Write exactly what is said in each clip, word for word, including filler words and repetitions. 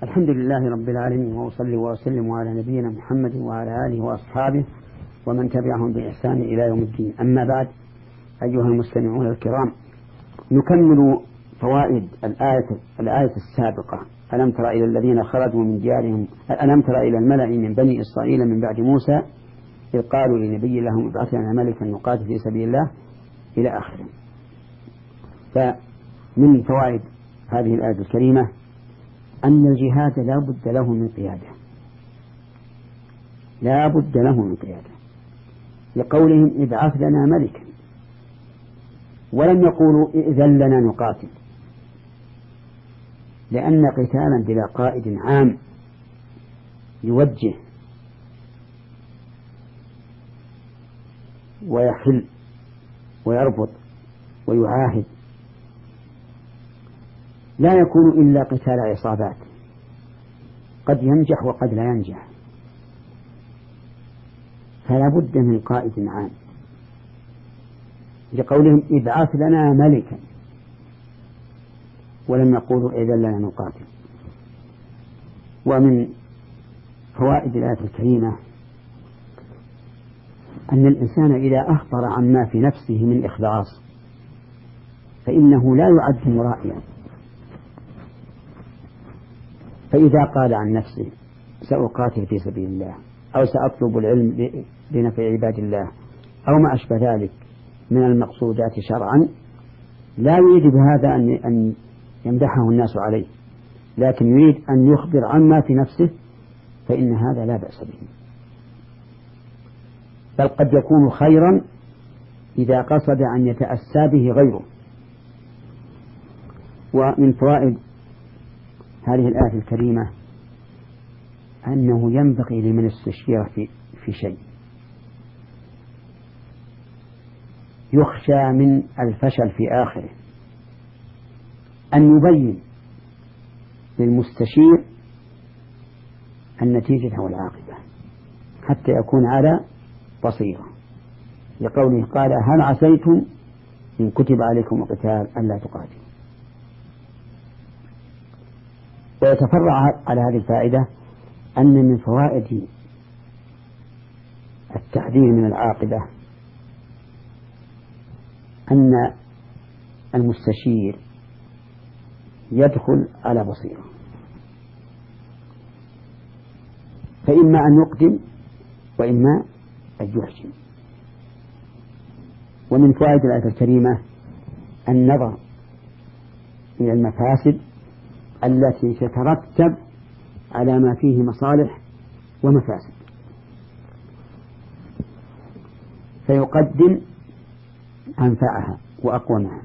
الحمد لله رب العالمين، وأصلي وأسلم على نبينا محمد وعلى آله وأصحابه ومن تبعهم بإحسان إلى يوم الدين. أما بعد، أيها المستمعون الكرام، نكمل فوائد الآية الآية السابقة. ألم تر إلى الذين خرجوا من ديارهم ألم تر إلى الملأ من بني إسرائيل من بعد موسى إذ قالوا لنبي لهم ابعث لنا ملكا نقاتل في سبيل الله إلى آخره. فمن فوائد هذه الآية الكريمة أن الجهاد لا بد له من قيادة، لا بد له من قيادة، لقولهم ابعث لنا ملكا، ولم يقولوا ائذن لنا نقاتل، لأن قتالا بلا قائد عام يوجه ويحل ويربط ويعاهد لا يكون إلا قتال عصابات قد ينجح وقد لا ينجح، فلا بد من قائد عام، لقولهم ابعث لنا ملكا ولم يقولوا إذن لنا نقاتل. ومن فوائد الآية الكريمة أن الإنسان إذا أخبر عما في نفسه من إخلاص فإنه لا يعد مرائيا. فإذا قال عن نفسه سأقاتل في سبيل الله أو سأطلب العلم لنفع عباد الله أو ما أشبه ذلك من المقصودات شرعا، لا يريد بهذا أن يمدحه الناس عليه، لكن يريد أن يخبر عما في نفسه، فإن هذا لا بأس به، بل قد يكون خيرا إذا قصد أن يتأسى به غيره. ومن فوائد هذه الآية الكريمة أنه ينبغي لمن استشير في, في شيء يخشى من الفشل في آخره أن يبين للمستشير النتيجة والعاقبة حتى يكون على بصيرة، لقوله قال هل عسيتم إن كتب عليكم القتال ألا تقاتلوا. ويتفرع على هذه الفائدة أن من فوائد التحذير من العاقبة أن المستشير يدخل على بصيرة، فإما أن يقدم وإما أن يحجم. ومن فوائد الآية الكريمة النظر إلى المفاسد التي تترتب على ما فيه مصالح ومفاسد، فيقدم أنفعها وأقومها.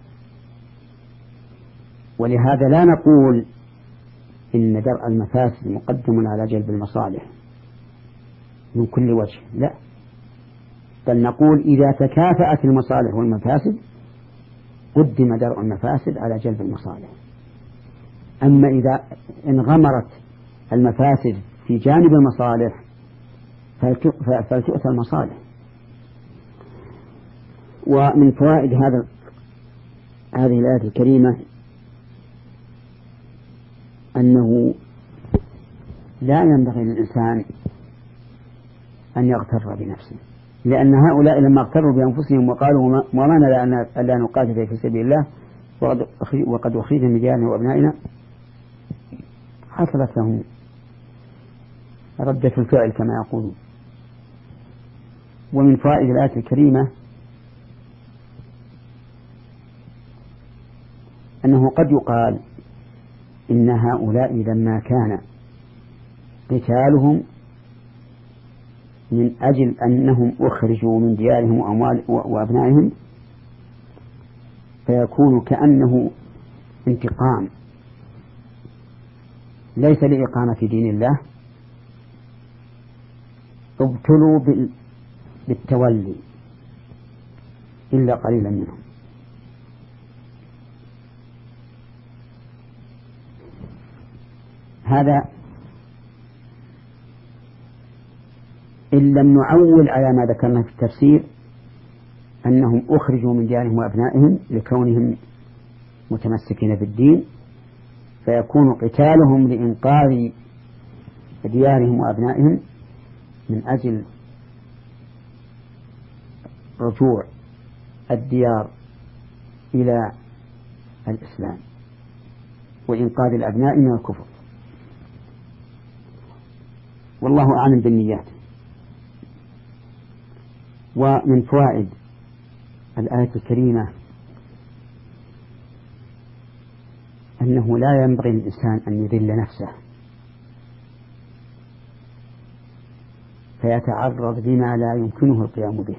ولهذا لا نقول إن درء المفاسد مقدم على جلب المصالح من كل وجه، لا، بل نقول إذا تكافأت المصالح والمفاسد قدم درء المفاسد على جلب المصالح. أما إذا انغمرت المفاسد في جانب المصالح فلتؤتى المصالح. ومن فوائد هذا هذه الآية الكريمة أنه لا ينبغي للإنسان أن يغتر بنفسه، لأن هؤلاء لما اغتروا بأنفسهم وقالوا وما لنا ألا نقاتل في سبيل الله وقد أخرجنا من ديارنا وأبنائنا حصلت لهم ردة الفعل كما يقولون. ومن فوائد الآية الكريمة أنه قد يقال إن هؤلاء لما كان قتالهم من أجل أنهم أخرجوا من ديارهم وأموال وأبنائهم فيكون كأنه انتقام ليس لإقامة دين الله، ابتلوا بالتولي إلا قليلا منهم. هذا إن لم نعول على ما ذكرنا في التفسير أنهم أخرجوا من ديارهم وأبنائهم لكونهم متمسكين بالدين، فيكون قتالهم لإنقاذ ديارهم وأبنائهم من أجل رجوع الديار إلى الإسلام وإنقاذ الأبناء من الكفر. والله أعلم بالنيات. ومن فوائد الآية الكريمة أنه لا ينبغي للإنسان أن يذل نفسه فيتعرض لما لا يمكنه القيام به،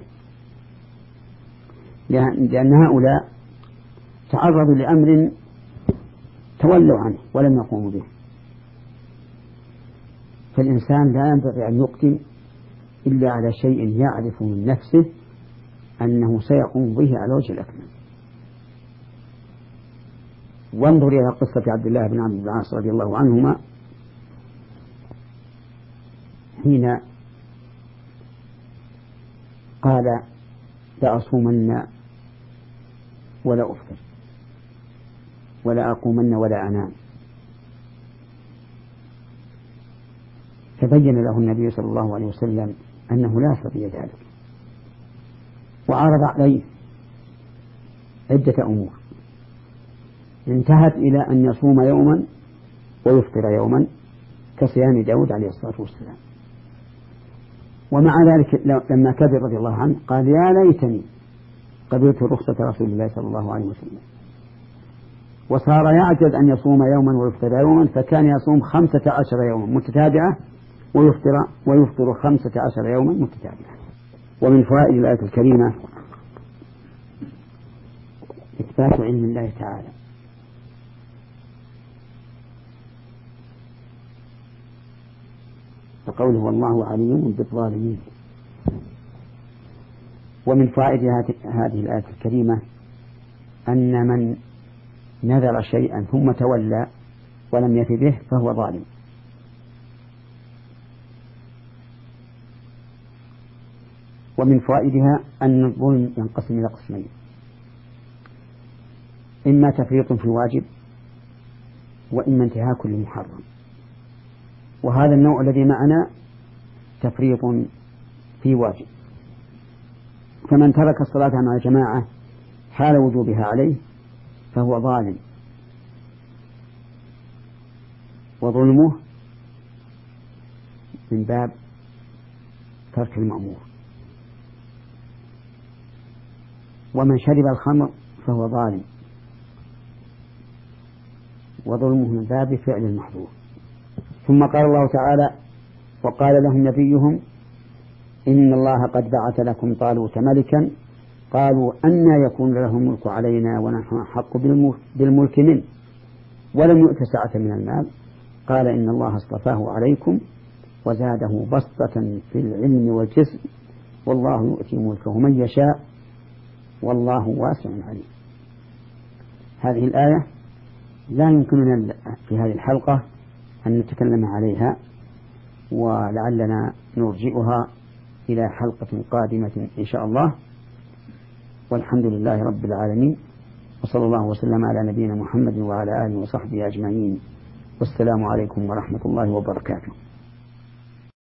لأن هؤلاء تعرضوا لأمر تولوا عنه ولم يقوموا به. فالإنسان لا ينبغي أن يقدم إلا على شيء يعرف من نفسه أنه سيقوم به على وجه الأكمل. وانظر إلى قصة عبد الله بن عمرو بن العاص رضي الله عنهما حين قال لأصومن ولا أفطر ولا أقومن ولا أنام، فبين له النبي صلى الله عليه وسلم أنه لا يستطيع ذلك، وعرض عليه عدة أمور انتهت إلى أن يصوم يوما ويفطر يوما كصيام داود عليه الصلاة والسلام. ومع ذلك لما كبر رضي الله عنه قال يا ليتني قبلت رخصة رسول الله صلى الله عليه وسلم، وصار يعجز أن يصوم يوما ويفطر يوما، فكان يصوم خمسة عشر يوما متتابعة ويفطر ويفطر خمسة عشر يوما متتابعة. ومن فوائد الآية الكريمة إثبات علم الله تعالى، فقوله والله عليم بالظالمين. ومن فوائد هذه الآية الكريمة أن من نذر شيئا ثم تولى ولم يف به فهو ظالم. ومن فوائدها أن الظلم ينقسم إلى قسمين: إما تفريط في واجب وإما انتهاك لمحرم. وهذا النوع الذي معنا تفريط في واجب، فمن ترك الصلاة مع الجماعة حال وجوبها عليه فهو ظالم، وظلمه من باب ترك المأمور. ومن شرب الخمر فهو ظالم، وظلمه من باب فعل المحظور. ثم قال الله تعالى: وقال لهم نبيهم إن الله قد بعث لكم طالوت ملكا قالوا أنى يكون له الملك علينا ونحن أحق بالملك منه ولم يؤت سعة من المال قال إن الله اصطفاه عليكم وزاده بسطة في العلم والجسم والله يؤتي ملكه من يشاء والله واسع عليم. هذه الآية لا يمكننا في هذه الحلقة أن نتكلم عليها، ولعلنا نرجئها إلى حلقة قادمة إن شاء الله. والحمد لله رب العالمين، وصلى الله وسلم على نبينا محمد وعلى آله وصحبه أجمعين، والسلام عليكم ورحمة الله وبركاته.